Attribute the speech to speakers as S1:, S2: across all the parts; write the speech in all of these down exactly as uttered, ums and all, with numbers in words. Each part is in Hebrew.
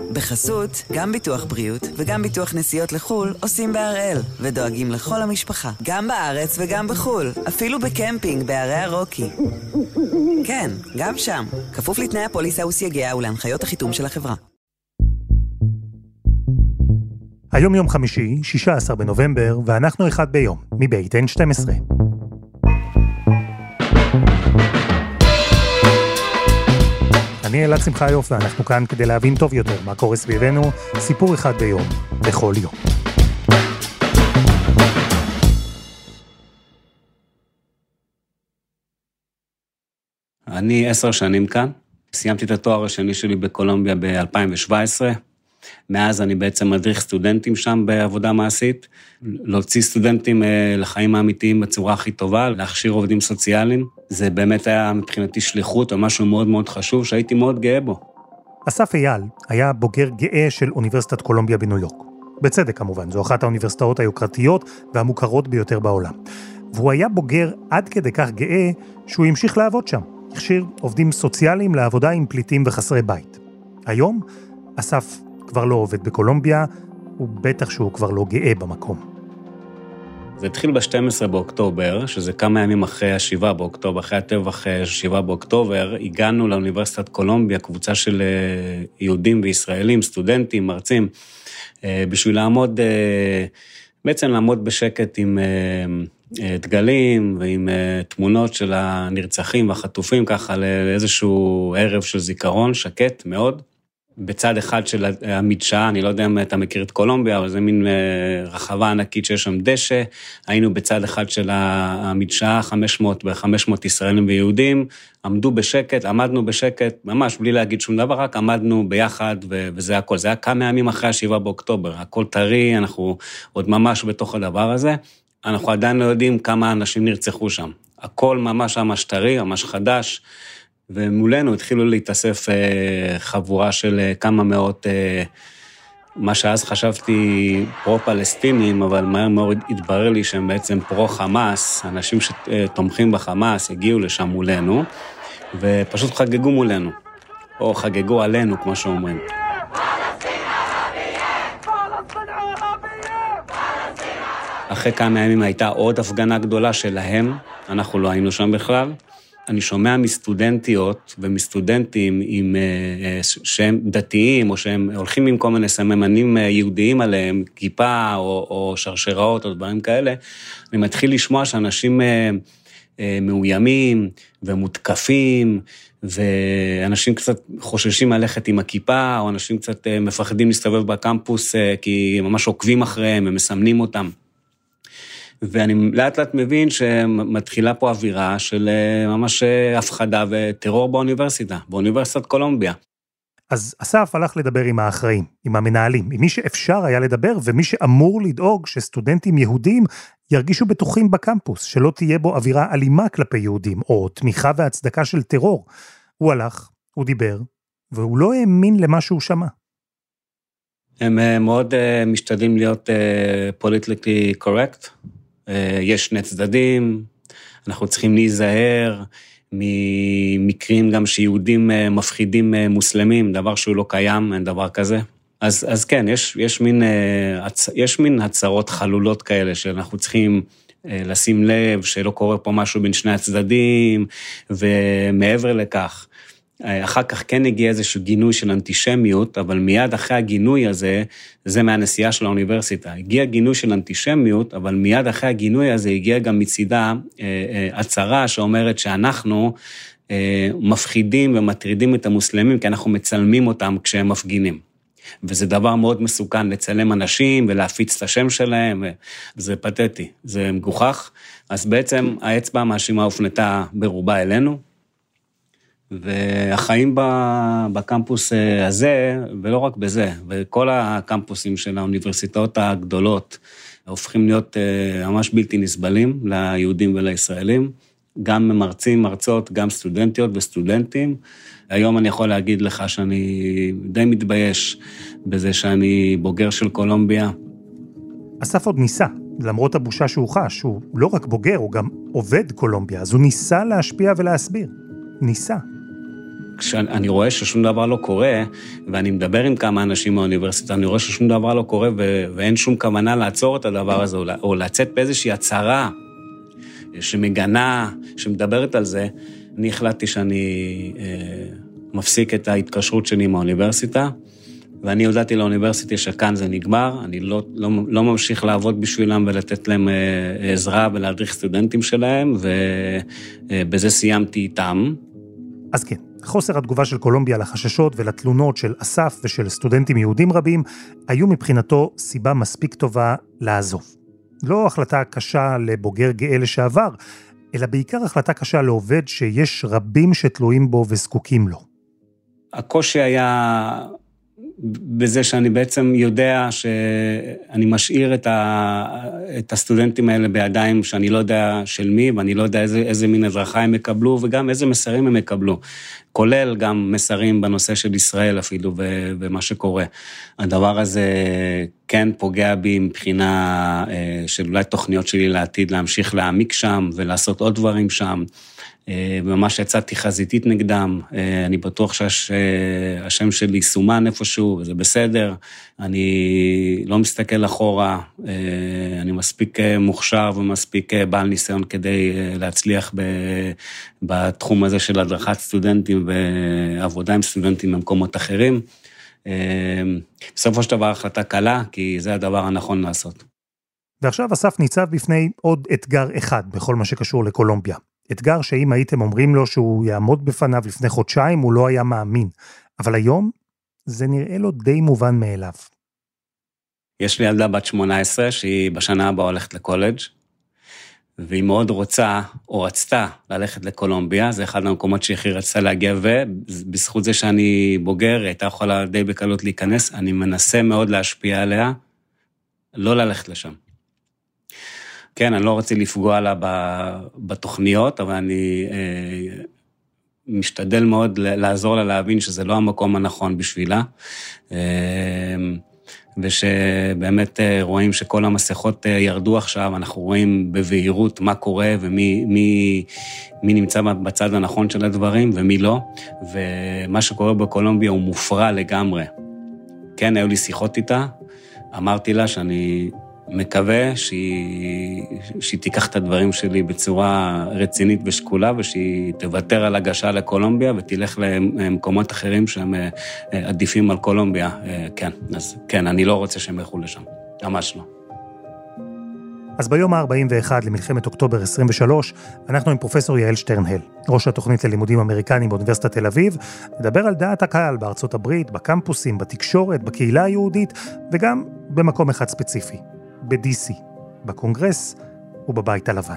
S1: בחסות, גם ביטוח בריאות וגם ביטוח נסיעות לחול עושים בהראל, ודואגים לכל המשפחה, גם בארץ וגם בחול, אפילו בקמפינג בערי הרוקי. כן, גם שם, כפוף לתנאי הפוליסה וסייגיה ולהנחיות החיתום של החברה.
S2: היום יום חמישי, שישה עשר בנובמבר, ואנחנו אחד ביום, מבית אן שתים עשרה. אני אלעד שמחיוף, ואנחנו כאן כדי להבין טוב יותר מה קורה סביבנו, סיפור אחד ביום, בכל יום.
S3: אני עשר שנים כאן, סיימתי את התואר השני שלי בקולומביה ב-אלפיים שבע עשרה, מאז אני בעצם מדריך סטודנטים שם בעבודה מעשית, להוציא סטודנטים לחיים האמיתיים בצורה הכי טובה, להכשיר עובדים סוציאליים, זה באמת היה מבחינתי שליחות, או משהו מאוד מאוד חשוב, שהייתי מאוד גאה בו.
S2: אסף אייל היה בוגר גאה של אוניברסיטת קולומביה בניו יורק. בצדק כמובן, זו אחת האוניברסיטאות היוקרתיות והמוכרות ביותר בעולם. והוא היה בוגר עד כדי כך גאה שהוא המשיך לעבוד שם. הכשיר עובדים סוציאליים לעבודה עם פליטים וחסרי בית. היום אסף כבר לא עובד בקולומביה, ובטח שהוא כבר לא גאה במקום.
S3: זה התחיל ב-שנים עשר באוקטובר, שזה כמה ימים אחרי השבעה באוקטובר, אחרי הטבח שבעה באוקטובר, הגענו לאוניברסיטת קולומביה, קבוצה של יהודים וישראלים, סטודנטים, מרצים, בשביל לעמוד, בעצם לעמוד בשקט עם דגלים ועם תמונות של הנרצחים והחטופים, ככה לאיזשהו ערב של זיכרון, שקט מאוד. בצד אחד של המדשאה, אני לא יודע אם אתה מכיר את קולומביה, אבל זה מין רחבה ענקית שיש שם דשא, היינו בצד אחד של המדשאה, חמש מאות ב-חמש מאות ישראלים ויהודים, עמדו בשקט, עמדנו בשקט, ממש בלי להגיד שום דבר, רק עמדנו ביחד, וזה הכל, זה היה כמה ימים אחרי השבעה באוקטובר, הכל טרי, אנחנו עוד ממש בתוך הדבר הזה, אנחנו עדיין לא יודעים כמה אנשים נרצחו שם, הכל ממש ממש טרי, ממש חדש, ומולנו התחילו להתאסף חבורה של כמה מאות, מה שאז חשבתי פרו-פלסטינים, אבל מהר מאוד התברר לי שהם בעצם פרו-חמאס, אנשים שתומכים בחמאס הגיעו לשם מולנו, ופשוט חגגו מולנו, או חגגו עלינו, כמו שאומרים. אחרי כמה ימים הייתה עוד הפגנה גדולה שלהם, אנחנו לא היינו שם בכלל, אני שומע מסטודנטיות ומסטודנטים עם, שהם דתיים, או שהם הולכים עם כל מיני סממנים יהודיים עליהם, כיפה או, או שרשראות או דברים כאלה, אני מתחיל לשמוע שאנשים מאוימים ומותקפים, ואנשים קצת חוששים ללכת עם הכיפה, או אנשים קצת מפחדים להסתובב בקמפוס, כי ממש עוקבים אחריהם, הם מסמנים אותם. ואני לאט לאט מבין שמתחילה פה אווירה של ממש הפחדה וטרור באוניברסיטה, באוניברסיטת קולומביה.
S2: אז אסף הלך לדבר עם האחראים, עם המנהלים, עם מי שאפשר היה לדבר, ומי שאמור לדאוג שסטודנטים יהודים ירגישו בטוחים בקמפוס, שלא תהיה בו אווירה אלימה כלפי יהודים, או תמיכה והצדקה של טרור. הוא הלך, הוא דיבר, והוא לא האמין למה שהוא שמע.
S3: הם מאוד משתדלים להיות politically correct, יש שני צדדים, אנחנו צריכים להיזהר ממקרים גם שיהודים מפחידים מוסלמים, דבר שהוא לא קיים, אין דבר כזה. אז, אז כן, יש, יש מין, יש מין הצהרות חלולות כאלה שאנחנו צריכים לשים לב שלא קורה פה משהו בין שני הצדדים, ומעבר לכך, אחר כך כן הגיע איזשהו גינוי של אנטישמיות, אבל מיד אחרי הגינוי הזה, זה מהנסיעה של האוניברסיטה, הגיע גינוי של אנטישמיות, אבל מיד אחרי הגינוי הזה הגיע גם מצידה הצהרה שאומרת שאנחנו מפחידים ומטרידים את המוסלמים, כי אנחנו מצלמים אותם כשהם מפגינים. וזה דבר מאוד מסוכן לצלם אנשים ולהפיץ את השם שלהם, וזה פתטי, זה מגוחך. אז בעצם האצבע המאשימה הופנתה ברובה אלינו, והחיים בקמפוס הזה, ולא רק בזה, וכל הקמפוסים של האוניברסיטאות הגדולות, הופכים להיות ממש בלתי נסבלים ליהודים ולישראלים, גם מרצים, מרצות, גם סטודנטיות וסטודנטים. היום אני יכול להגיד לך שאני די מתבייש בזה שאני בוגר של קולומביה.
S2: אסף עוד ניסה, למרות הבושה שהוא חש, הוא לא רק בוגר, הוא גם עובד קולומביה, אז הוא ניסה להשפיע ולהסביר. ניסה.
S3: כשאני רואה ששום דבר לא קורה, ואני מדבר עם כמה אנשים מהאוניברסיטה, אני רואה ששום דבר לא קורה, ו- ואין שום כוונה לעצור את הדבר הזה, או לצאת באיזושהי הצהרה שמגנה, שמדברת על זה, אני החלטתי שאני אה, מפסיק את ההתקשרות שלי עם האוניברסיטה, ואני הודעתי לאוניברסיטה שכאן זה נגמר, אני לא, לא, לא ממשיך לעבוד בשבילם ולתת להם אה, עזרה ולהדריך סטודנטים שלהם, ובזה סיימתי איתם.
S2: אז כן, חוסר התגובה של קולומביה לחששות ולתלונות של אסף ושל סטודנטים יהודים רבים, היו מבחינתו סיבה מספיק טובה לעזוב. לא החלטה קשה לבוגר גאה לשעבר, אלא בעיקר החלטה קשה לעובד שיש רבים שתלויים בו וזקוקים לו.
S3: הקושי היה בזה שאני בעצם יודע שאני משאיר את, ה, את הסטודנטים האלה בידיים שאני לא יודע של מי, ואני לא יודע איזה, איזה מין אזרחה הם יקבלו, וגם איזה מסרים הם יקבלו, כולל גם מסרים בנושא של ישראל אפילו, ומה שקורה. הדבר הזה כן פוגע בי מבחינה של אולי תוכניות שלי לעתיד, להמשיך להעמיק שם, ולעשות עוד דברים שם, ממש יצאתי חזיתית נגדם, אני בטוח שהשם שלי סומן איפשהו, וזה בסדר, אני לא מסתכל אחורה, אני מספיק מוכשר ומספיק בעל ניסיון כדי להצליח בתחום הזה של הדרכת סטודנטים ועבודה עם סטודנטים במקומות אחרים. בסופו של דבר החלטה קלה, כי זה הדבר הנכון לעשות.
S2: ועכשיו אסף ניצב בפני עוד אתגר אחד בכל מה שקשור לקולומביה. אתגר שאם הייתם אומרים לו שהוא יעמוד בפניו לפני חודשיים, הוא לא היה מאמין. אבל היום זה נראה לו די מובן מאליו.
S3: יש לי ילדה בת שמונה עשרה שהיא בשנה הבאה הולכת לקולג' והיא מאוד רוצה או רצתה ללכת לקולומביה, זה אחד המקומות שהיא הכי רצתה להגיע, ובזכות זה שאני בוגר, הייתה יכולה די בקלות להיכנס, אני מנסה מאוד להשפיע עליה, לא ללכת לשם. כן, אני לא רוצה לפגוע לה בתוכניות, אבל אני אה, משתדל מאוד לעזור לה להבין שזה לא המקום הנכון בשבילה, אה, ושבאמת רואים שכל המסכות ירדו עכשיו, אנחנו רואים בבהירות מה קורה ומי מי, מי נמצא בצד הנכון של הדברים ומי לא, ומה שקורה בקולומביה הוא מופרע לגמרי. כן, היו לי שיחות איתה, אמרתי לה שאני מקווה שהיא, שהיא תיקח את הדברים שלי בצורה רצינית ושקולה, ושהיא תוותר על הגשה לקולומביה, ותלך למקומות אחרים שהם עדיפים על קולומביה. כן, אז כן, אני לא רוצה שהם ילכו לשם. ממש לא.
S2: אז ביום ה-ארבעים ואחד למלחמת אוקטובר עשרים ושלוש, אנחנו עם פרופסור יעל שטרנהל, ראש התוכנית ללימודים אמריקניים באוניברסיטת תל אביב, נדבר על דעת הקהל בארצות הברית, בקמפוסים, בתקשורת, בקהילה היהודית, וגם במקום אחד ספציפי. ב-די סי, בקונגרס ובבית הלבן.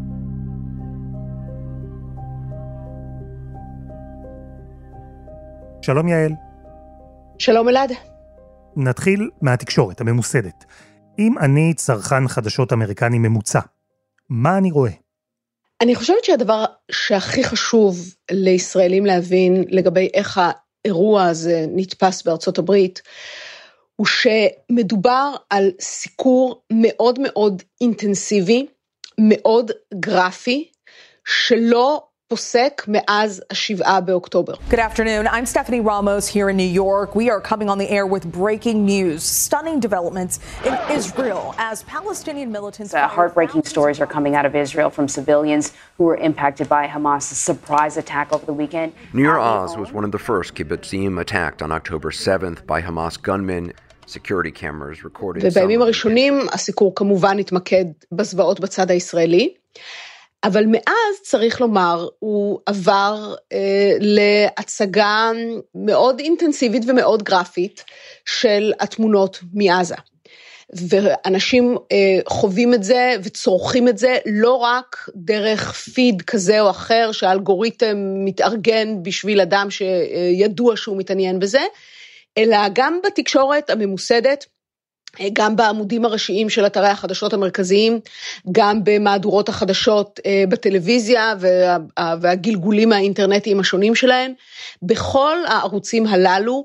S2: שלום יעל.
S4: שלום אלעד.
S2: נתחיל מהתקשורת הממוסדת. אם אני צרכן חדשות אמריקני ממוצע, מה אני רואה?
S4: אני חושבת שהדבר שהכי חשוב לישראלים להבין לגבי איך האירוע הזה נתפס בארצות הברית, הוא שמדובר על סיקור מאוד מאוד אינטנסיבי, מאוד גרפי, שלא פוסק מאז השבעה באוקטובר.
S5: Good afternoon. I'm Stephanie Ramos here in New York. We are coming on the air with breaking news. Stunning developments in Israel as Palestinian militants...
S6: Uh, heartbreaking stories are coming out of Israel from civilians who were impacted by Hamas' surprise attack over the weekend.
S7: Nir Oz was one of the first kibbutzim attacked on October seventh by Hamas gunmen. Security cameras recorded...
S4: ובימים הראשונים הסיקור כמובן התמקד בזוועות בצד הישראלי. אבל מאז, צריך לומר, הוא עבר אה, להצגה מאוד אינטנסיבית ומאוד גרפית של התמונות מעזה. ואנשים אה, חווים את זה וצורכים את זה לא רק דרך פיד כזה או אחר, שהאלגוריתם מתארגן בשביל אדם שידוע שהוא מתעניין בזה, אלא גם בתקשורת הממוסדת, גם בעמודים הראשיים של אתרי החדשות המרכזיים, גם במהדורות החדשות בטלוויזיה והגלגולים האינטרנטיים השונים שלהם, בכל הערוצים הללו,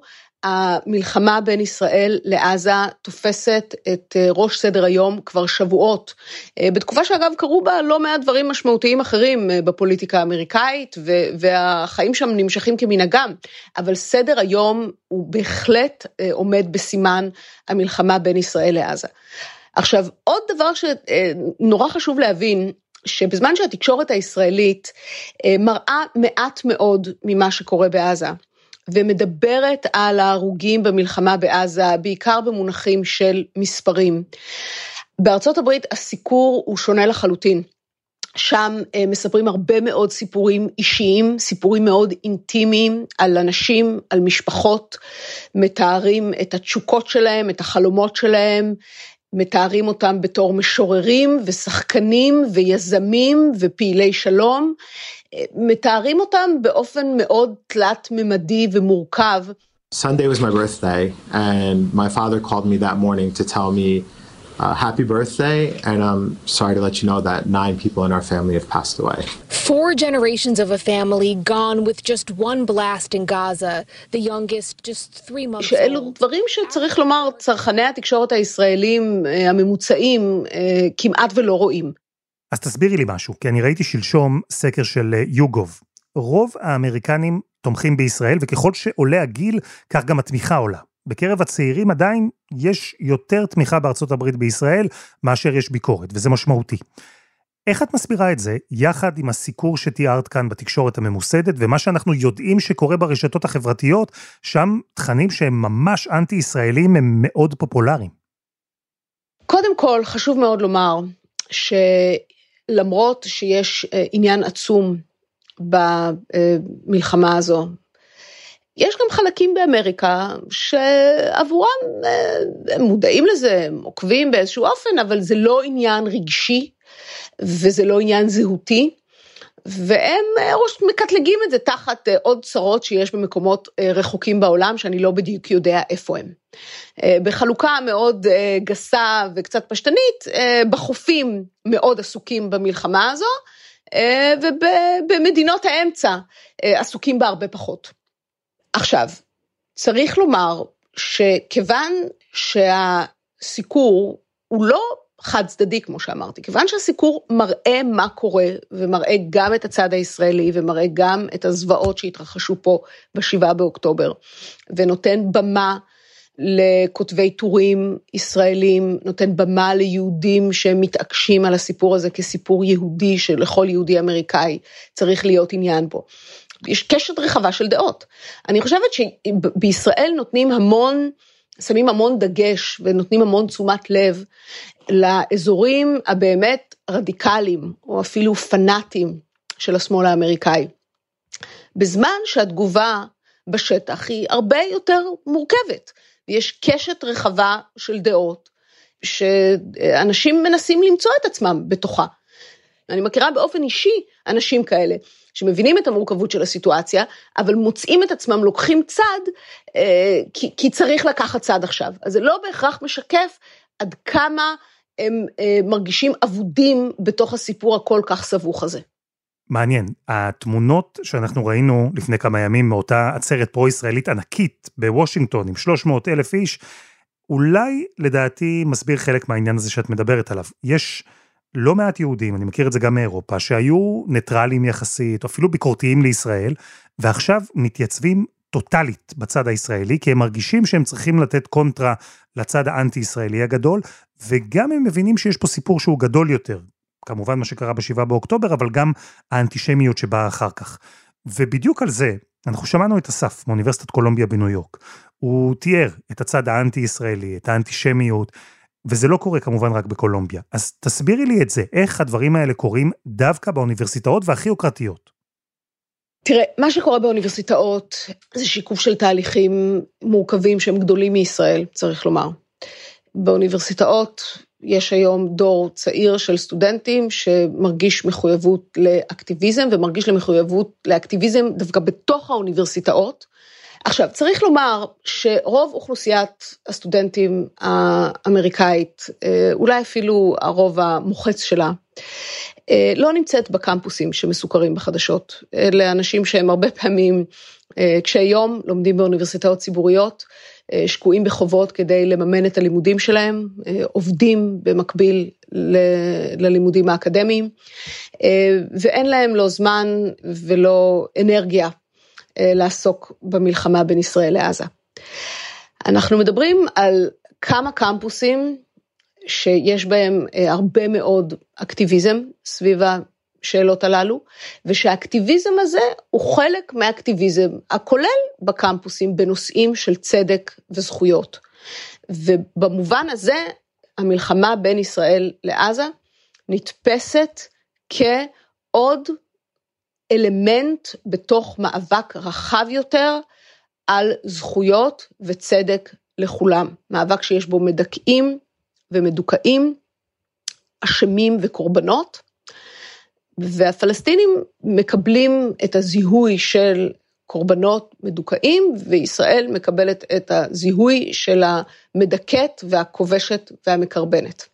S4: המלחמה בין ישראל לעזה תופסת את ראש סדר היום כבר שבועות, בתקופה שאגב קרו בה לא מעט דברים משמעותיים אחרים בפוליטיקה האמריקאית, והחיים שם נמשכים כמנהגם, אבל סדר היום הוא בהחלט עומד בסימן המלחמה בין ישראל לעזה. עכשיו, עוד דבר שנורא חשוב להבין, שבזמן שהתקשורת הישראלית מראה מעט מאוד ממה שקורה בעזה, ומדברת על ההרוגים במלחמה בעזה, בעיקר במונחים של מספרים. בארצות הברית הסיקור הוא שונה לחלוטין. שם מספרים הרבה מאוד סיפורים אישיים, סיפורים מאוד אינטימיים על אנשים, על משפחות, מתארים את התשוקות שלהם, את החלומות שלהם, מתארים אותם בתור משוררים ושחקנים ויזמים ופעילי שלום, מתארים אותם באופן מאוד תלת ממדי ומורכב.
S8: Sunday was my birthday and my father called me that morning to tell me uh, happy birthday, and I'm sorry to let you know that nine people in our family have passed away.
S9: Four generations of a family gone with just one blast in Gaza, the youngest just three months old.
S4: שאלו דברים שצריך לומר, צרכני התקשורת הישראלים הממוצעים כמעט ולא רואים.
S2: אז תסבירי לי משהו, כי אני ראיתי שלשום סקר של יוגוב. רוב האמריקנים תומכים בישראל, וככל שעולה הגיל, כך גם התמיכה עולה. בקרב הצעירים עדיין יש יותר תמיכה בארצות הברית בישראל, מאשר יש ביקורת, וזה משמעותי. איך את מסבירה את זה, יחד עם הסיקור שתיארת כאן בתקשורת הממוסדת, ומה שאנחנו יודעים שקורה ברשתות החברתיות, שם תכנים שהם ממש אנטי-ישראלים, הם מאוד פופולריים?
S4: קודם כל, חשוב מאוד לומר, שלמרות שיש עניין עצום במלחמה הזו, יש גם חלקים באמריקה שעבורם הם מודעים לזה, הם עוקבים באיזשהו אופן, אבל זה לא עניין רגשי, וזה לא עניין זהותי, והם ראש מקטלגים את זה תחת עוד צרות שיש במקומות רחוקים בעולם, שאני לא בדיוק יודע איפה הם. בחלוקה מאוד גסה וקצת פשטנית, בחופים מאוד עסוקים במלחמה הזו, ובמדינות האמצע עסוקים בה הרבה פחות. עכשיו, צריך לומר שכיוון שהסיקור הוא לא חד צדדי, כמו שאמרתי, כיוון שהסיקור מראה מה קורה, ומראה גם את הצד הישראלי, ומראה גם את הזוועות שהתרחשו פה בשבעה באוקטובר, ונותן במה לכותבי טורים ישראלים, נותן במה ליהודים שמתעקשים על הסיפור הזה כסיפור יהודי, שלכל יהודי אמריקאי צריך להיות עניין בו. יש קשת רחבה של דעות. אני חושבת שבישראל נותנים המון, שמים המון דגש, ונותנים המון תשומת לב, לאזורים הבאמת רדיקליים, או אפילו פנאטיים של השמאל האמריקאי. בזמן שהתגובה בשטח היא הרבה יותר מורכבת, ויש קשת רחבה של דעות, שאנשים מנסים למצוא את עצמם בתוכה. אני מכירה באופן אישי אנשים כאלה, שמבינים את המורכבות של הסיטואציה, אבל מוצאים את עצמם, לוקחים צד, אה, כי, כי צריך לקחת צד עכשיו. אז זה לא בהכרח משקף עד כמה הם אה, מרגישים עבודים בתוך הסיפור הכל כך סבוך הזה.
S2: מעניין, התמונות שאנחנו ראינו לפני כמה ימים מאותה עצרת פרו-ישראלית ענקית בוושינגטון עם שלוש מאות אלף איש, אולי לדעתי מסביר חלק מהעניין הזה שאת מדברת עליו. יש לא מעט יהודים, אני מכיר את זה גם מאירופה, שהיו ניטרליים יחסית, או אפילו ביקורתיים לישראל, ועכשיו מתייצבים טוטלית בצד הישראלי, כי הם מרגישים שהם צריכים לתת קונטרה לצד האנטי-ישראלי הגדול, וגם הם מבינים שיש פה סיפור שהוא גדול יותר, כמובן מה שקרה בשבעה באוקטובר, אבל גם האנטישמיות שבאה אחר כך. ובדיוק על זה, אנחנו שמענו את אסף מאוניברסיטת קולומביה בניו יורק, הוא תיאר את הצד האנטי-ישראלי, את האנטישמיות, וזה לא קורה כמובן רק בקולומביה. אז תסבירי לי את זה, איך הדברים האלה קורים דווקא באוניברסיטאות והכי יוקרתיות.
S4: תראה, מה שקורה באוניברסיטאות זה שיקוף של תהליכים מורכבים שהם גדולים מישראל, צריך לומר. באוניברסיטאות יש היום דור צעיר של סטודנטים שמרגיש מחויבות לאקטיביזם, ומרגיש למחויבות לאקטיביזם דווקא בתוך האוניברסיטאות. עכשיו, צריך לומר שרוב אוכלוסיית הסטודנטים האמריקאית, אולי אפילו הרוב המוחץ שלה, לא נמצאת בקמפוסים שמסוכרים בחדשות. אלה אנשים שהם הרבה פעמים כשהיום לומדים באוניברסיטאות ציבוריות, שקועים בחובות כדי לממן את הלימודים שלהם, עובדים במקביל ללימודים האקדמיים, ואין להם לא זמן ולא אנרגיה לעסוק במלחמה בין ישראל לעזה. אנחנו מדברים על כמה קמפוסים שיש בהם הרבה מאוד אקטיביזם סביב השאלות הללו, ושהאקטיביזם הזה הוא חלק מהאקטיביזם הכולל בקמפוסים בנושאים של צדק וזכויות. ובמובן הזה המלחמה בין ישראל לעזה נתפסת כעוד אלמנט בתוך מאבק רחב יותר על זכויות וצדק לכולם. מאבק שיש בו מדכאים ומדוכאים, אשמים וקורבנות, והפלסטינים מקבלים את הזיהוי של קורבנות מדוכאים, וישראל מקבלת את הזיהוי של המדכאת והכובשת והמקרבנת.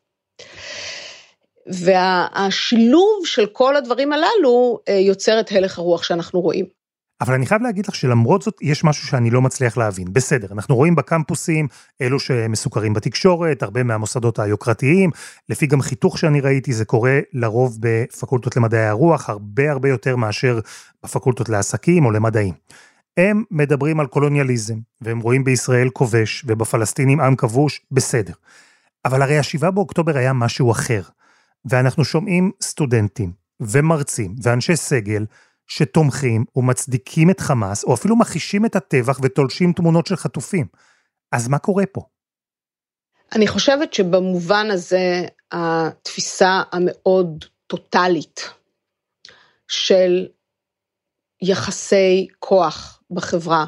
S4: והשילוב של כל הדברים הללו יוצר את הלך הרוח שאנחנו רואים.
S2: אבל אני חייב להגיד לך שלמרות זאת יש משהו שאני לא מצליח להבין. בסדר, אנחנו רואים בקמפוסים, אלו שמסוכרים בתקשורת, הרבה מהמוסדות היוקרתיים, לפי גם חיתוך שאני ראיתי, זה קורה לרוב בפקולטות למדעי הרוח, הרבה הרבה יותר מאשר בפקולטות לעסקים או למדעים. הם מדברים על קולוניאליזם, והם רואים בישראל כובש, ובפלסטינים עם כבוש, בסדר. אבל הרי השבעה באוקטובר היה משהו אחר, ואנחנו שומעים סטודנטים ומרצים ואנשי סגל, שתומכים ומצדיקים את חמאס, או אפילו מכחישים את הטבח ותולשים תמונות של חטופים. אז מה קורה פה?
S4: אני חושבת שבמובן הזה, התפיסה המאוד טוטלית של יחסי כוח בחברה,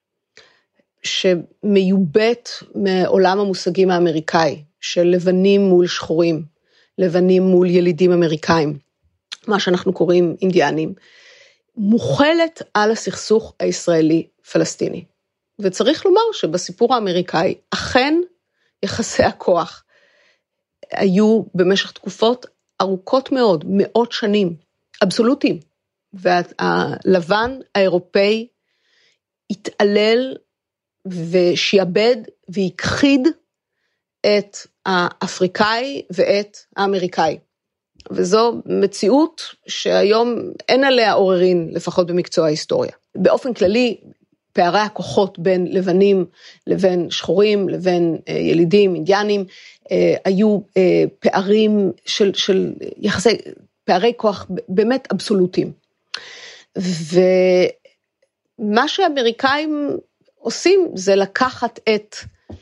S4: שמיובט מעולם המושגים האמריקאי, של לבנים מול שחורים, לבנים מול ילידים אמריקאים, מה שאנחנו קוראים אינדיאנים, מוחלת על הסכסוך הישראלי-פלסטיני. וצריך לומר שבסיפור האמריקאי, אכן יחסי הכוח היו במשך תקופות ארוכות מאוד, מאות שנים, אבסולוטיים. והלבן האירופאי התעלל ושיעבד והכחיד את האפריקאי ואת האמריקאי. וזו מציאות שהיום אין עליה עוררין, לפחות במקצוע ההיסטוריה. באופן כללי, פערי הכוחות בין לבנים לבין שחורים, לבין אה, ילידים, אינדיאנים, אה, היו אה, פערים של, של יחסי, פערי כוח באמת אבסולוטיים. ומה שהאמריקאים עושים זה לקחת את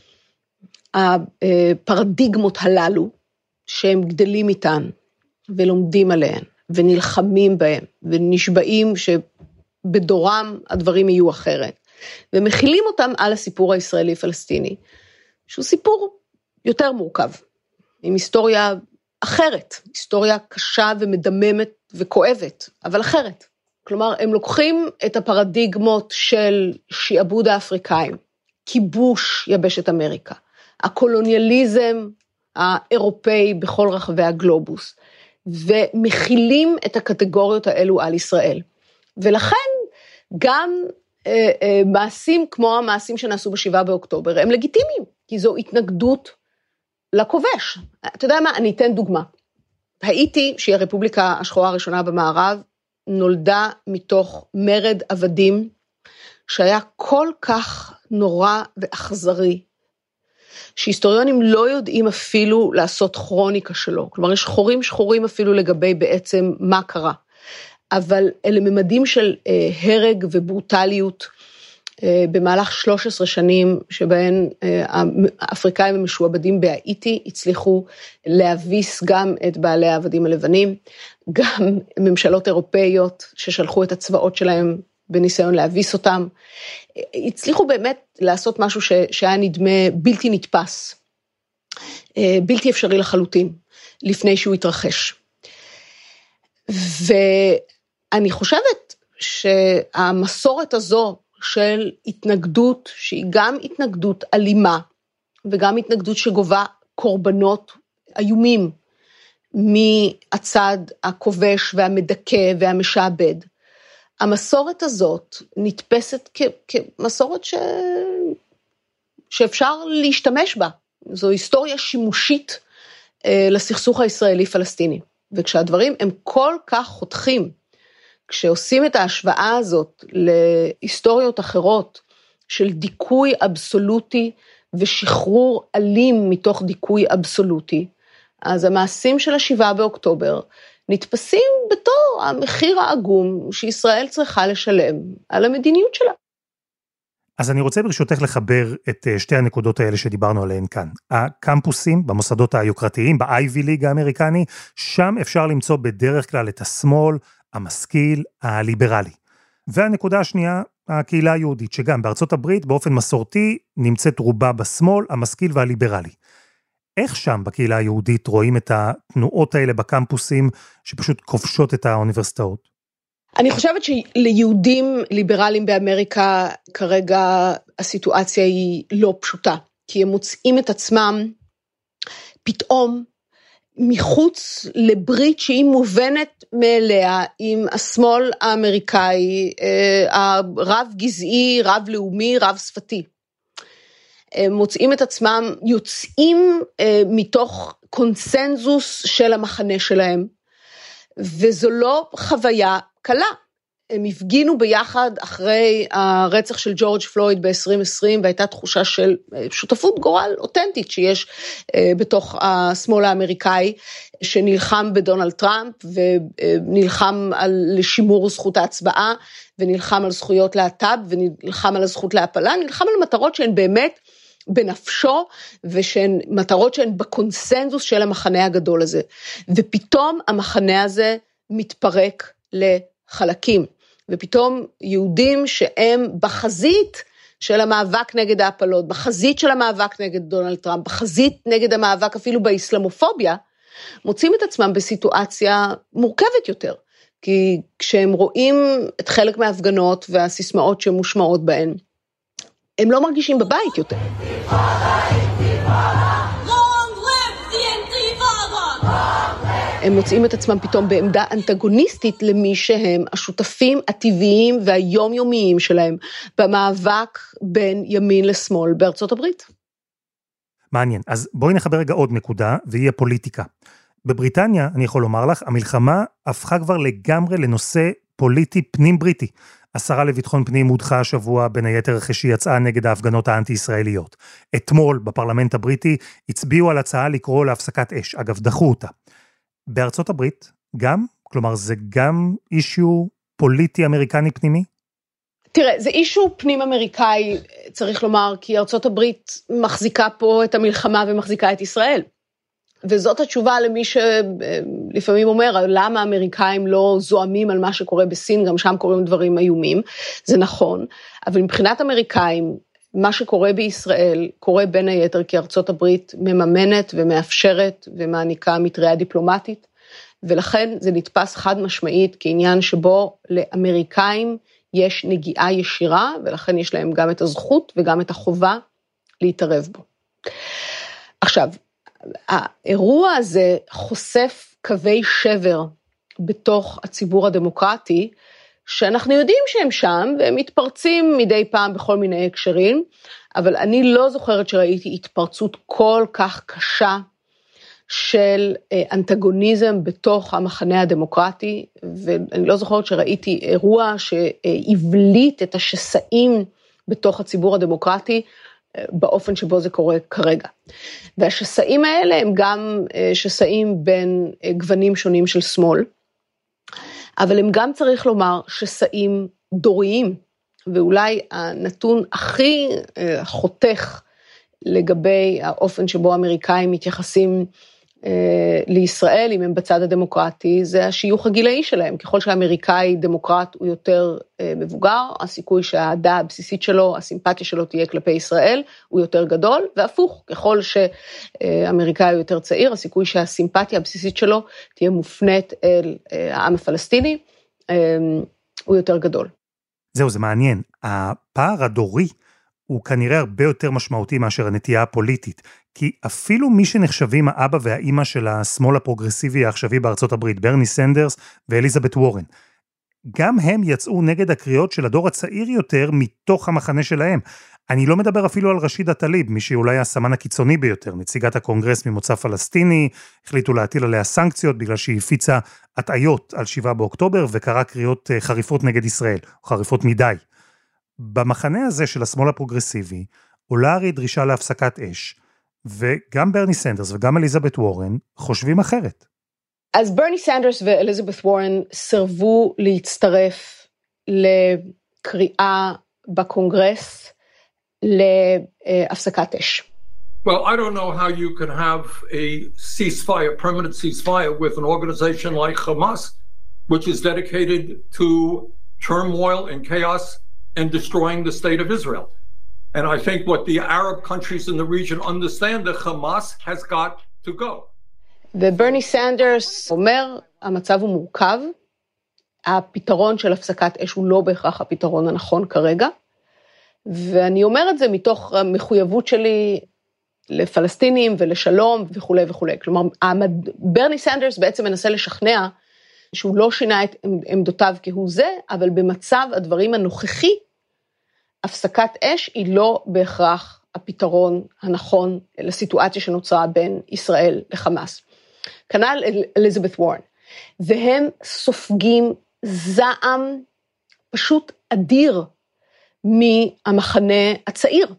S4: הפרדיגמות הללו, שהם גדלים איתן, ולומדים עליהן, ונלחמים בהן, ונשבעים שבדורם הדברים יהיו אחרת, ומכילים אותם על הסיפור הישראלי-פלסטיני, שהוא סיפור יותר מורכב, עם היסטוריה אחרת, היסטוריה קשה ומדממת וכואבת, אבל אחרת. כלומר, הם לוקחים את הפרדיגמות של שיעבוד האפריקאים, כיבוש יבשת אמריקה, הקולוניאליזם האירופאי בכל רחבי הגלובוס, ומכילים את הקטגוריות האלו על ישראל. ולכן גם אה, אה, מעשים כמו המעשים שנעשו בשבעה באוקטובר, הם לגיטימיים, כי זו התנגדות לכובש. אתה יודע מה? אני אתן דוגמה. האיטי, שהיא הרפובליקה השחורה הראשונה במערב, נולדה מתוך מרד עבדים, שהיה כל כך נורא ואכזרי, שהיסטוריונים לא יודעים אפילו לעשות כרוניקה שלו, כלומר יש חורים שחורים אפילו לגבי בעצם מה קרה, אבל אלה ממדים של אה, הרג וברוטליות, אה, במהלך שלוש עשרה שנים, שבהן אה, האפריקאים המשועבדים בהאיטי, הצליחו להביס גם את בעלי העבדים הלבנים, גם ממשלות אירופאיות ששלחו את הצבאות שלהם בניסיון להביס אותם, הצליחו באמת לעשות משהו ש, שהיה נדמה בלתי נתפס, בלתי אפשרי לחלוטין, לפני שהוא התרחש. ואני חושבת שהמסורת הזו של התנגדות, שהיא גם התנגדות אלימה, וגם התנגדות שגובה קורבנות איומים, מהצד הכובש והמדכא והמשעבד, המסורת הזאת נתפסת כ- כמסורת ש... שאפשר להשתמש בה. זו היסטוריה שימושית אה, לסכסוך הישראלי-פלסטיני. וכשהדברים הם כל כך חותכים, כשעושים את ההשוואה הזאת להיסטוריות אחרות של דיכוי אבסולוטי ושחרור אלים מתוך דיכוי אבסולוטי, אז המעשים של השבעה באוקטובר נתפסים בתור המחיר העגום שישראל צריכה לשלם על המדיניות שלה.
S2: אז אני רוצה ברשותך לחבר את שתי הנקודות האלה שדיברנו עליהן כאן. הקמפוסים במוסדות היוקרתיים, ב-איי וי ליג האמריקני, שם אפשר למצוא בדרך כלל את השמאל, המשכיל, הליברלי. והנקודה השנייה, הקהילה היהודית, שגם בארצות הברית באופן מסורתי נמצאת רובה בשמאל, המשכיל והליברלי. איך שם בקהילה היהודית רואים את התנועות האלה בקמפוסים שפשוט כובשות את האוניברסיטאות?
S4: אני חושבת שליהודים ליברליים באמריקה כרגע הסיטואציה היא לא פשוטה, כי הם מוצאים את עצמם פתאום מחוץ לברית שהיא מובנת מאליה עם השמאל האמריקאי, הרב גזעי, רב לאומי, רב שפתי. הם מוצאים את עצמם יוצאים מתוך קונסנזוס של המחנה שלהם, וזו לא חוויה קלה. הם הפגינו ביחד אחרי הרצח של ג'ורג' פלויד ב-עשרים עשרים, והייתה תחושה של שותפות גורל אותנטית שיש בתוך השמאל האמריקאי, שנלחם בדונלד טראמפ, ונלחם על לשימור זכות ההצבעה, ונלחם על זכויות להט"ב, ונלחם על הזכות להפלה, נלחם על מטרות שהן באמת בנפשו, ושהן מטרות שהן בקונסנזוס של המחנה הגדול הזה. ופתאום המחנה הזה מתפרק לחלקים. ופתאום יהודים שהם בחזית של המאבק נגד ההפלות, בחזית של המאבק נגד דונלד טראמפ, בחזית נגד המאבק אפילו באסלאמופוביה, מוצאים את עצמם בסיטואציה מורכבת יותר. כי כשהם רואים את חלק מההפגנות והסיסמאות שמושמעות בהן, הם לא מרגישים בבית יותר. הם מוצאים את עצמם פתאום בעמדה אנטגוניסטית למי שהם השותפים הטבעיים והיומיומיים שלהם במאבק בין ימין לשמאל בארצות הברית.
S2: מעניין. אז בואי נחבר רגע עוד נקודה, והיא הפוליטיקה. בבריטניה, אני יכול לומר לך, המלחמה הפכה כבר לגמרי לנושא פוליטי פנים בריטי. השרה לביטחון פנים הודחה השבוע בין היתר אחרי שהיא יצאה נגד ההפגנות האנטי-ישראליות. אתמול בפרלמנט הבריטי הצביעו על הצעה לקרוא להפסקת אש, אגב דחו אותה. בארצות הברית גם? כלומר זה גם אישיו פוליטי אמריקני פנימי?
S4: תראה, זה אישיו פנים אמריקאי, צריך לומר, כי ארצות הברית מחזיקה פה את המלחמה ומחזיקה את ישראל. וזאת התשובה למי שלפעמים אומר, למה האמריקאים לא זועמים על מה שקורה בסין, גם שם קוראים דברים איומים, זה נכון, אבל מבחינת אמריקאים, מה שקורה בישראל, קורה בין היתר כי ארצות הברית מממנת ומאפשרת ומעניקה מטריה דיפלומטית, ולכן זה נתפס חד משמעית כעניין שבו לאמריקאים יש נגיעה ישירה, ולכן יש להם גם את הזכות וגם את החובה להתערב בו. עכשיו, האירוע הזה חושף קווי שבר בתוך הציבור הדמוקרטי, שאנחנו יודעים שהם שם, והם מתפרצים מדי פעם בכל מיני הקשרים, אבל אני לא זוכרת שראיתי התפרצות כל כך קשה של אנטגוניזם בתוך המחנה הדמוקרטי, ואני לא זוכרת שראיתי אירוע שהבליט את השסעים בתוך הציבור הדמוקרטי, באופן שבו זה קורה כרגע. והשסעים האלה הם גם שסעים בין גוונים שונים של שמאל, אבל הם גם צריך לומר שסעים דוריים, ואולי הנתון הכי חותך לגבי האופן שבו האמריקאים מתייחסים לישראל, אם הם בצד הדמוקרטי, זה השיוך הגילאי שלהם. ככל שהאמריקאי דמוקרט הוא יותר מבוגר, הסיכוי שהעדה הבסיסית שלו, הסימפתיה שלו תהיה כלפי ישראל, הוא יותר גדול, והפוך, ככל שהאמריקאי הוא יותר צעיר, הסיכוי שהסימפתיה הבסיסית שלו תהיה מופנית אל העם הפלסטיני, הוא יותר גדול.
S2: זהו, זה מעניין. הפער הדורי הוא כנראה הרבה יותר משמעותי מאשר הנטייה הפוליטית, כי אפילו מי שנחשבים האבא והאימא של השמאל הפרוגרסיבי העכשווי בארצות הברית, ברני סנדרס ואליזבת וורן, גם הם יצאו נגד הקריאות של הדור הצעיר יותר מתוך המחנה שלהם. אני לא מדבר אפילו על רשידה טליב, מי שאולי הסמן הקיצוני ביותר, נציגת הקונגרס ממוצא פלסטיני, החליטו להטיל עליה סנקציות בגלל שהיא הפיצה הטעיות על שבעה באוקטובר וקרא קריאות חריפות נגד ישראל, או חריפות מדי. במחנה הזה של השמאל הפרוגרסיבי, עולה הרי דרישה להפסקת אש, וגם ברני סנדרס וגם אליזבת וורן חושבים אחרת.
S4: אז ברני סנדרס ואליזבת וורן סרבו להצטרף לקריאה בקונגרס להפסקת אש.
S10: Well, I don't know how you can have a ceasefire, permanent ceasefire with an organization like Hamas, which is dedicated to turmoil and chaos and destroying the state of Israel. And I think what the Arab countries in the region understand that Hamas has got to go.
S4: וברני סנדרס אומר, המצב הוא מורכב, הפתרון של הפסקת אש הוא לא בהכרח הפתרון הנכון כרגע, ואני אומר את זה מתוך המחויבות שלי לפלסטינים ולשלום וכו' וכו'. כלומר, ברני סנדרס בעצם מנסה לשכנע שהוא לא שינה את עמדותיו כהוא זה, אבל במצב הדברים הנוכחי, הפסקת אש היא לא בהכרח הפתרון הנכון לסיטואציה שנוצרה בין ישראל לחמאס. כנ"ל אליזבת וורן, והם סופגים זעם פשוט אדיר מהמחנה הצעיר,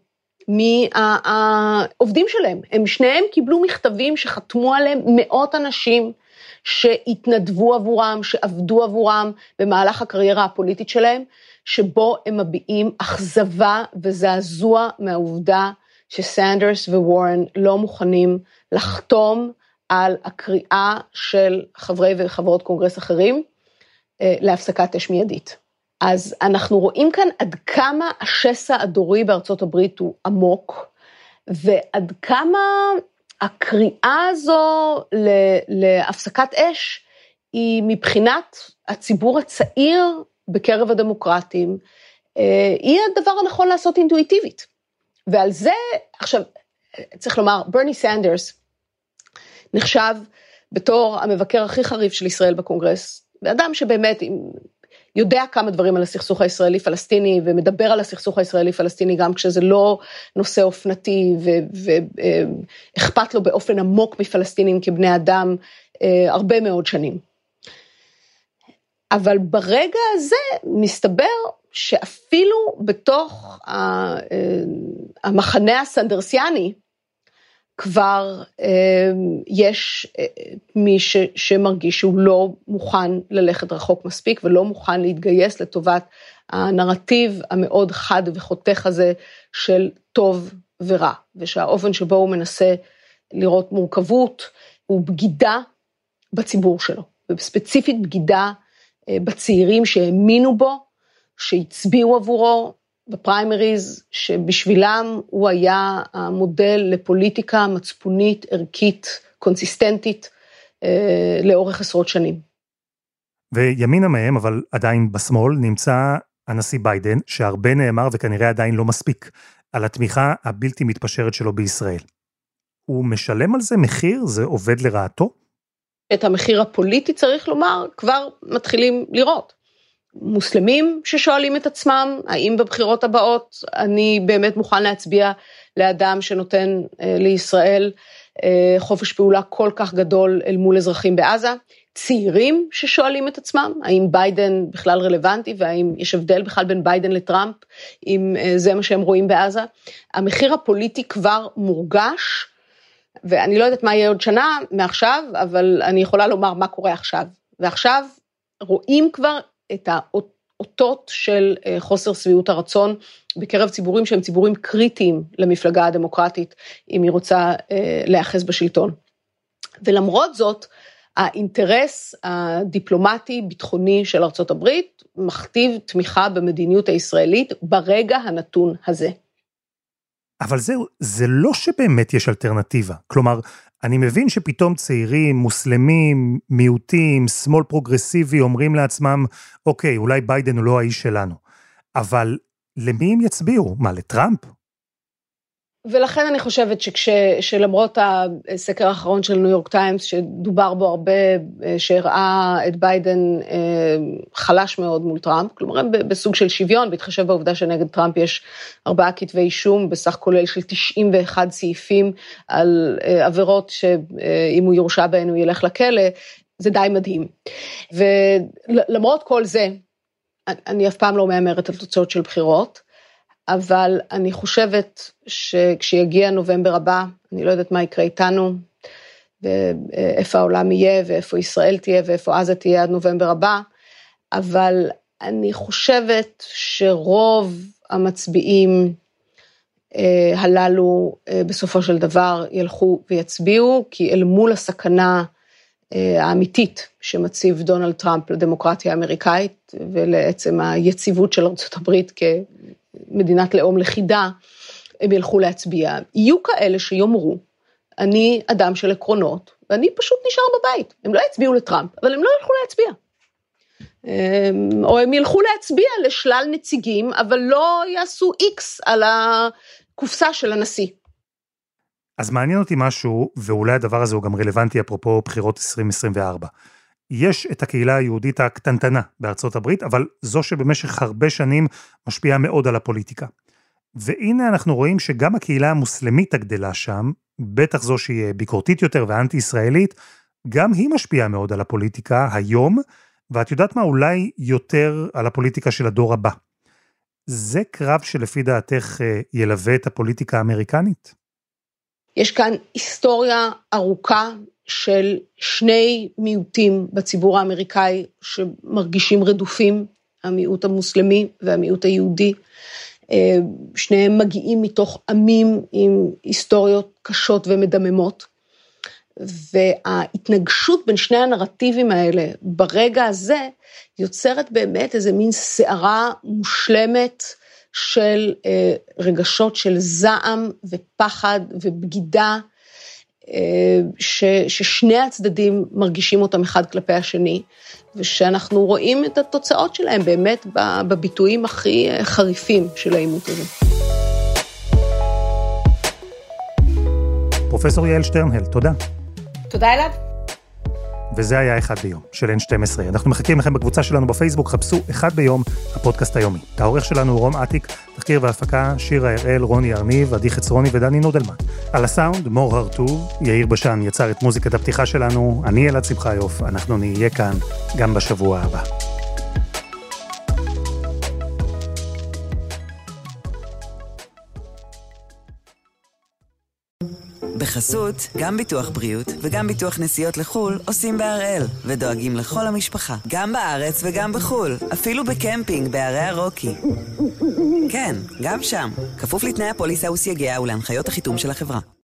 S4: מהעובדים שלהם. הם שניהם קיבלו מכתבים שחתמו עליהם מאות אנשים שהתנדבו עבורם, שעבדו עבורם במהלך הקריירה הפוליטית שלהם, שבו הם מביעים אכזבה וזעזוע מהעובדה שסנדרס ווורן לא מוכנים לחתום על הקריאה של חברי וחברות קונגרס אחרים להפסקת אש מיידית. אז אנחנו רואים כאן עד כמה השסע הדורי בארצות הברית הוא עמוק, ועד כמה הקריאה הזו להפסקת אש היא מבחינת הציבור הצעיר בקרב הדמוקרטים, היא הדבר הנכון לעשות אינטואיטיבית. ועל זה, עכשיו, צריך לומר, ברני סנדרס נחשב בתור המבקר הכי חריף של ישראל בקונגרס, ואדם שבאמת יודע כמה דברים על הסכסוך הישראלי-פלסטיני, ומדבר על הסכסוך הישראלי-פלסטיני גם כשזה לא נושא אופנתי, ואכפת לו באופן עמוק מפלסטינים כבני אדם הרבה מאוד שנים. אבל ברגע הזה מסתבר שאפילו בתוך המחנה הסנדרסיאני, כבר יש מי שמרגיש שהוא לא מוכן ללכת רחוק מספיק, ולא מוכן להתגייס לטובת הנרטיב המאוד חד וחותך הזה של טוב ורע, ושהאופן שבו הוא מנסה לראות מורכבות, הוא בגידה בציבור שלו, ובספציפית בגידה בצעירים שהאמינו בו, שהצביעו עבורו בפריימריז, שבשבילם הוא היה המודל לפוליטיקה מצפונית, ערכית, קונסיסטנטית, אה, לאורך עשרות שנים.
S2: וימינה מהם, אבל עדיין בשמאל, נמצא הנשיא ביידן, שהרבה נאמר וכנראה עדיין לא מספיק, על התמיכה הבלתי מתפשרת שלו בישראל. הוא משלם על זה מחיר? זה עובד לרעתו?
S4: את המחיר הפוליטי צריך לומר, כבר מתחילים לראות. מוסלמים ששואלים את עצמם, האם בבחירות הבאות אני באמת מוכן להצביע לאדם שנותן אה, לישראל אה, חופש פעולה כל כך גדול אל מול אזרחים בעזה, צעירים ששואלים את עצמם, האם ביידן בכלל רלוונטי, והאם יש הבדל בכלל בין ביידן לטראמפ, אם אה, זה מה שהם רואים בעזה. המחיר הפוליטי כבר מורגש, ואני לא יודעת מה יהיה עוד שנה מעכשיו, אבל אני יכולה לומר מה קורה עכשיו. ועכשיו רואים כבר את האותות של חוסר שביעות הרצון בקרב ציבורים שהם ציבורים קריטיים למפלגה הדמוקרטית, אם היא רוצה להיאחז בשלטון. ולמרות זאת, האינטרס הדיפלומטי, ביטחוני של ארצות הברית, מכתיב תמיכה במדיניות הישראלית ברגע הנתון הזה.
S2: אבל זהו, זה לא שבאמת יש אלטרנטיבה. כלומר, אני מבין שפתאום צעירים, מוסלמים, מיעוטים, שמאל פרוגרסיבי, אומרים לעצמם, אוקיי, אולי ביידן הוא לא האיש שלנו. אבל למי הם יצביעו? מה, לטראמפ?
S4: ולכן אני חושבת שלמרות הסקר האחרון של ניו יורק טיימס, שדובר בו הרבה, שהראה את ביידן חלש מאוד מול טראמפ, כלומר בסוג של שוויון, בהתחשב בעובדה שנגד טראמפ יש ארבעה כתבי אישום, בסך כולל של תשעים ואחד סעיפים על עבירות שאם הוא יורשע בהן הוא ילך לכלא, זה די מדהים. ולמרות כל זה, אני אף פעם לא מאמרת על תוצאות של בחירות, אבל אני חושבת שכשיגיע נובמבר הבא, אני לא יודעת מה יקרה איתנו, ואיפה העולם יהיה, ואיפה ישראל תהיה, ואיפה עזה תהיה עד נובמבר הבא, אבל אני חושבת שרוב המצביעים אה, הללו אה, בסופו של דבר ילכו ויצביעו, כי אל מול הסכנה אה, האמיתית שמציב דונלד טראמפ לדמוקרטיה האמריקאית, ולעצם היציבות של ארצות הברית כ... מדינת לאום לכידה, הם ילכו להצביע. יהיו כאלה שיאמרו, אני אדם של עקרונות, ואני פשוט נשאר בבית. הם לא יצביעו לטראמפ, אבל הם לא ילכו להצביע. או הם ילכו להצביע לשלל נציגים, אבל לא יעשו איקס על הקופסה של הנשיא.
S2: אז מעניין אותי משהו, ואולי הדבר הזה הוא גם רלוונטי אפרופו בחירות עשרים עשרים וארבע. יש את הקהילה היהודית הקטנטנה בארצות הברית, אבל זו שבמשך הרבה שנים משפיעה מאוד על הפוליטיקה. והנה אנחנו רואים שגם הקהילה המוסלמית הגדלה שם, בטח זו שהיא ביקורתית יותר ואנטי-ישראלית, גם היא משפיעה מאוד על הפוליטיקה היום, ואת יודעת מה, אולי יותר על הפוליטיקה של הדור הבא. זה קרב שלפי דעתך ילווה את הפוליטיקה האמריקנית?
S4: יש כאן היסטוריה ארוכה, של שני מיעוטים בציבור האמריקאי שמרגישים רדופים, המיעוט המוסלמי והמיעוט היהודי, שניהם מגיעים מתוך עמים עם היסטוריות קשות ומדממות, וההתנגשות בין שני הנרטיבים האלה ברגע הזה, יוצרת באמת איזה מין שערה מושלמת של רגשות של זעם ופחד ובגידה, ש, ששני הצדדים מרגישים אותם אחד כלפי השני, ושאנחנו רואים את התוצאות שלהם באמת בביטויים הכי חריפים של העימות הזה.
S2: פרופסור יעל שטרנהל, תודה.
S4: תודה אלעד.
S2: וזה היה אחד ביום של אן שתים עשרה. אנחנו מחכים לכם בקבוצה שלנו בפייסבוק, חפשו אחד ביום, הפודקאסט היומי. העורך שלנו הוא רום עתיק, תחקיר והפקה, שירה הראל, רוני ארניב, עדי חצרוני ודני נודלמן. על הסאונד, מור הרטוב, יאיר בשן יצר את מוזיקת הפתיחה שלנו, אני אלעד שמחיוף, אנחנו נהיה כאן גם בשבוע הבא.
S1: בחסות, גם ביטוח בריאות וגם ביטוח נסיעות לחול עושים בהראל, ודואגים לכל המשפחה, גם בארץ וגם בחול, אפילו בקמפינג בערי הרוקי. כן, גם שם, כפוף לתנאי הפוליסה וסייגיה ולהנחיות החיתום של החברה.